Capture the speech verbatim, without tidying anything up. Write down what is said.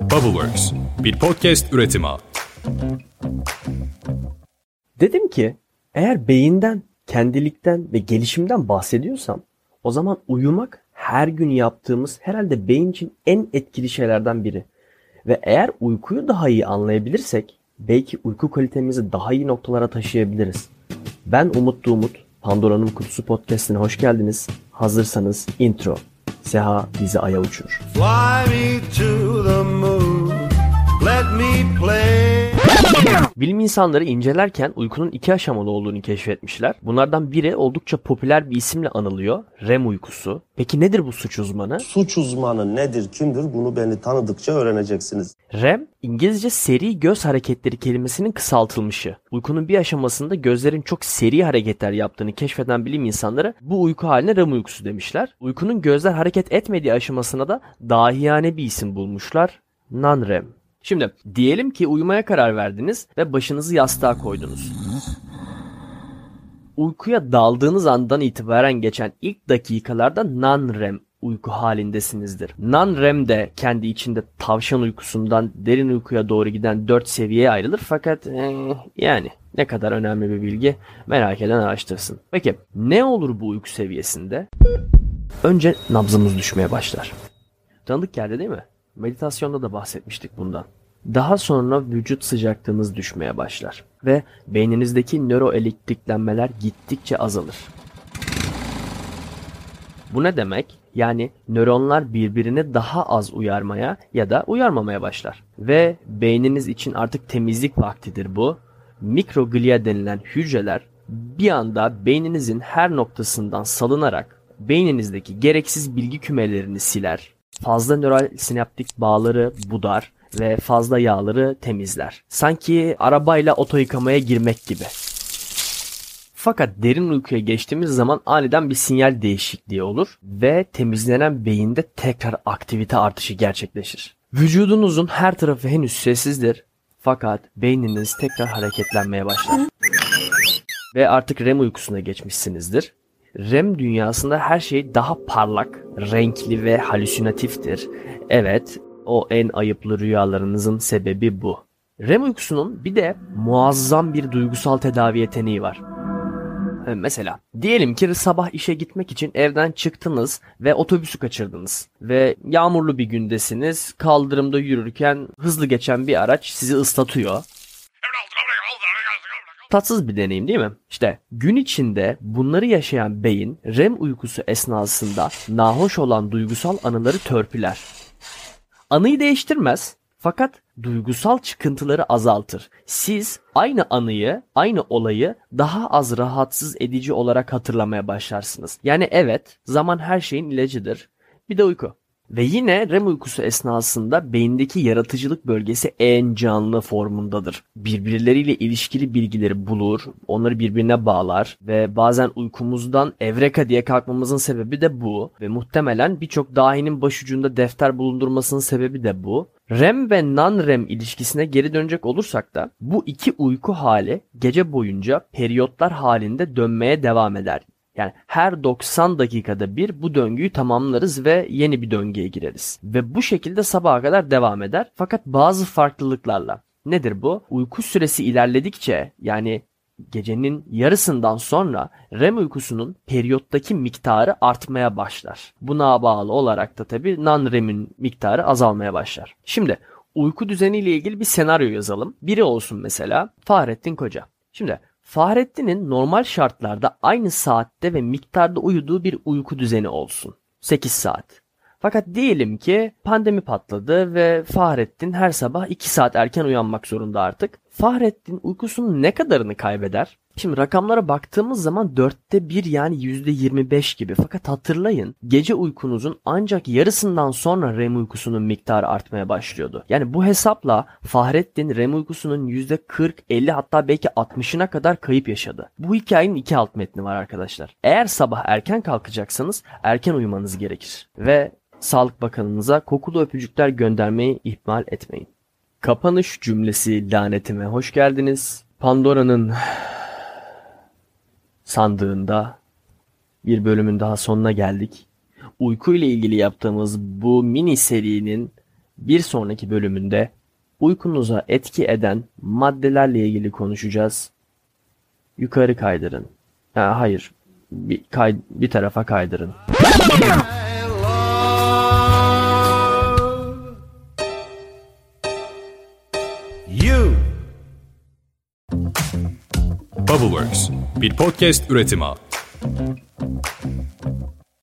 Bubbleworks, bir podcast üretimi. Dedim ki eğer beyinden, kendilikten ve gelişimden bahsediyorsam o zaman uyumak her gün yaptığımız herhalde beyin için en etkili şeylerden biri. Ve eğer uykuyu daha iyi anlayabilirsek belki uyku kalitemizi daha iyi noktalara taşıyabiliriz. Ben Umut Umut, Pandora'nın Kutusu Podcast'ine hoş geldiniz. Hazırsanız intro. Seha bizi aya uçurur. Fly me to the moon, let me play. Bilim insanları incelerken uykunun iki aşamalı olduğunu keşfetmişler. Bunlardan biri oldukça popüler bir isimle anılıyor. R E M uykusu. Peki nedir bu suç uzmanı? Suç uzmanı nedir, kimdir? Bunu beni tanıdıkça öğreneceksiniz. R E M, İngilizce seri göz hareketleri kelimesinin kısaltılmışı. Uykunun bir aşamasında gözlerin çok seri hareketler yaptığını keşfeden bilim insanları bu uyku haline R E M uykusu demişler. Uykunun gözler hareket etmediği aşamasına da dahiyane bir isim bulmuşlar. Non-R E M. Şimdi diyelim ki uyumaya karar verdiniz ve başınızı yastığa koydunuz. Uykuya daldığınız andan itibaren geçen ilk dakikalarda non-R E M uyku halindesinizdir. Non-R E M de kendi içinde tavşan uykusundan derin uykuya doğru giden dört seviyeye ayrılır fakat ee, yani ne kadar önemli bir bilgi, merak eden araştırsın. Peki ne olur bu uyku seviyesinde? Önce nabzımız düşmeye başlar. Tanıdık geldi değil mi? Meditasyonda da bahsetmiştik bundan. Daha sonra vücut sıcaklığınız düşmeye başlar ve beyninizdeki nöroelektriklenmeler gittikçe azalır. Bu ne demek? Yani nöronlar birbirini daha az uyarmaya ya da uyarmamaya başlar. Ve beyniniz için artık temizlik vaktidir bu. Mikroglia denilen hücreler bir anda beyninizin her noktasından salınarak beyninizdeki gereksiz bilgi kümelerini siler. Fazla nöral sinaptik bağları budar ve fazla yağları temizler. Sanki arabayla oto yıkamaya girmek gibi. Fakat derin uykuya geçtiğimiz zaman aniden bir sinyal değişikliği olur ve temizlenen beyinde tekrar aktivite artışı gerçekleşir. Vücudunuzun her tarafı henüz sessizdir fakat beyniniz tekrar hareketlenmeye başlar. Ve artık R E M uykusuna geçmişsinizdir. R E M dünyasında her şey daha parlak, renkli ve halüsinatiftir. Evet, o en ayıplı rüyalarınızın sebebi bu. R E M uykusunun bir de muazzam bir duygusal tedavi yeteneği var. Mesela diyelim ki sabah işe gitmek için evden çıktınız ve otobüsü kaçırdınız. Ve yağmurlu bir gündesiniz, kaldırımda yürürken hızlı geçen bir araç sizi ıslatıyor. Tatsız bir deneyim değil mi? İşte gün içinde bunları yaşayan beyin R E M uykusu esnasında nahoş olan duygusal anıları törpüler. Anıyı değiştirmez fakat duygusal çıkıntıları azaltır. Siz aynı anıyı, aynı olayı daha az rahatsız edici olarak hatırlamaya başlarsınız. Yani evet, zaman her şeyin ilacıdır. Bir de uyku. Ve yine R E M uykusu esnasında beyindeki yaratıcılık bölgesi en canlı formundadır. Birbirleriyle ilişkili bilgileri bulur, onları birbirine bağlar ve bazen uykumuzdan evreka diye kalkmamızın sebebi de bu. Ve muhtemelen birçok dahinin başucunda defter bulundurmasının sebebi de bu. R E M ve non-R E M ilişkisine geri dönecek olursak da bu iki uyku hali gece boyunca periyotlar halinde dönmeye devam eder. Yani her doksan dakikada bir bu döngüyü tamamlarız ve yeni bir döngüye gireriz. Ve bu şekilde sabaha kadar devam eder. Fakat bazı farklılıklarla. Nedir bu? Uyku süresi ilerledikçe yani gecenin yarısından sonra R E M uykusunun periyottaki miktarı artmaya başlar. Buna bağlı olarak da tabii non-R E M'in miktarı azalmaya başlar. Şimdi uyku düzeniyle ilgili bir senaryo yazalım. Biri olsun mesela Fahrettin Koca. Şimdi Fahrettin'in normal şartlarda aynı saatte ve miktarda uyuduğu bir uyku düzeni olsun. sekiz saat. Fakat diyelim ki pandemi patladı ve Fahrettin her sabah iki saat erken uyanmak zorunda artık. Fahrettin uykusunun ne kadarını kaybeder? Şimdi rakamlara baktığımız zaman dörtte bir yani yüzde yirmi beş gibi. Fakat hatırlayın gece uykunuzun ancak yarısından sonra R E M uykusunun miktarı artmaya başlıyordu. Yani bu hesapla Fahrettin R E M uykusunun yüzde kırk, elli hatta belki altmışına kadar kayıp yaşadı. Bu hikayenin iki alt metni var arkadaşlar. Eğer sabah erken kalkacaksanız erken uyumanız gerekir. Ve Sağlık Bakanınıza kokulu öpücükler göndermeyi ihmal etmeyin. Kapanış cümlesi lanetime hoş geldiniz. Pandora'nın sandığında bir bölümün daha sonuna geldik. Uyku ile ilgili yaptığımız bu mini serinin Bir sonraki bölümünde uykunuza etki eden maddelerle ilgili konuşacağız. Yukarı kaydırın. Ha, hayır, bir, kay, bir tarafa kaydırın. You. Bubbleworks bir podcast üretimi.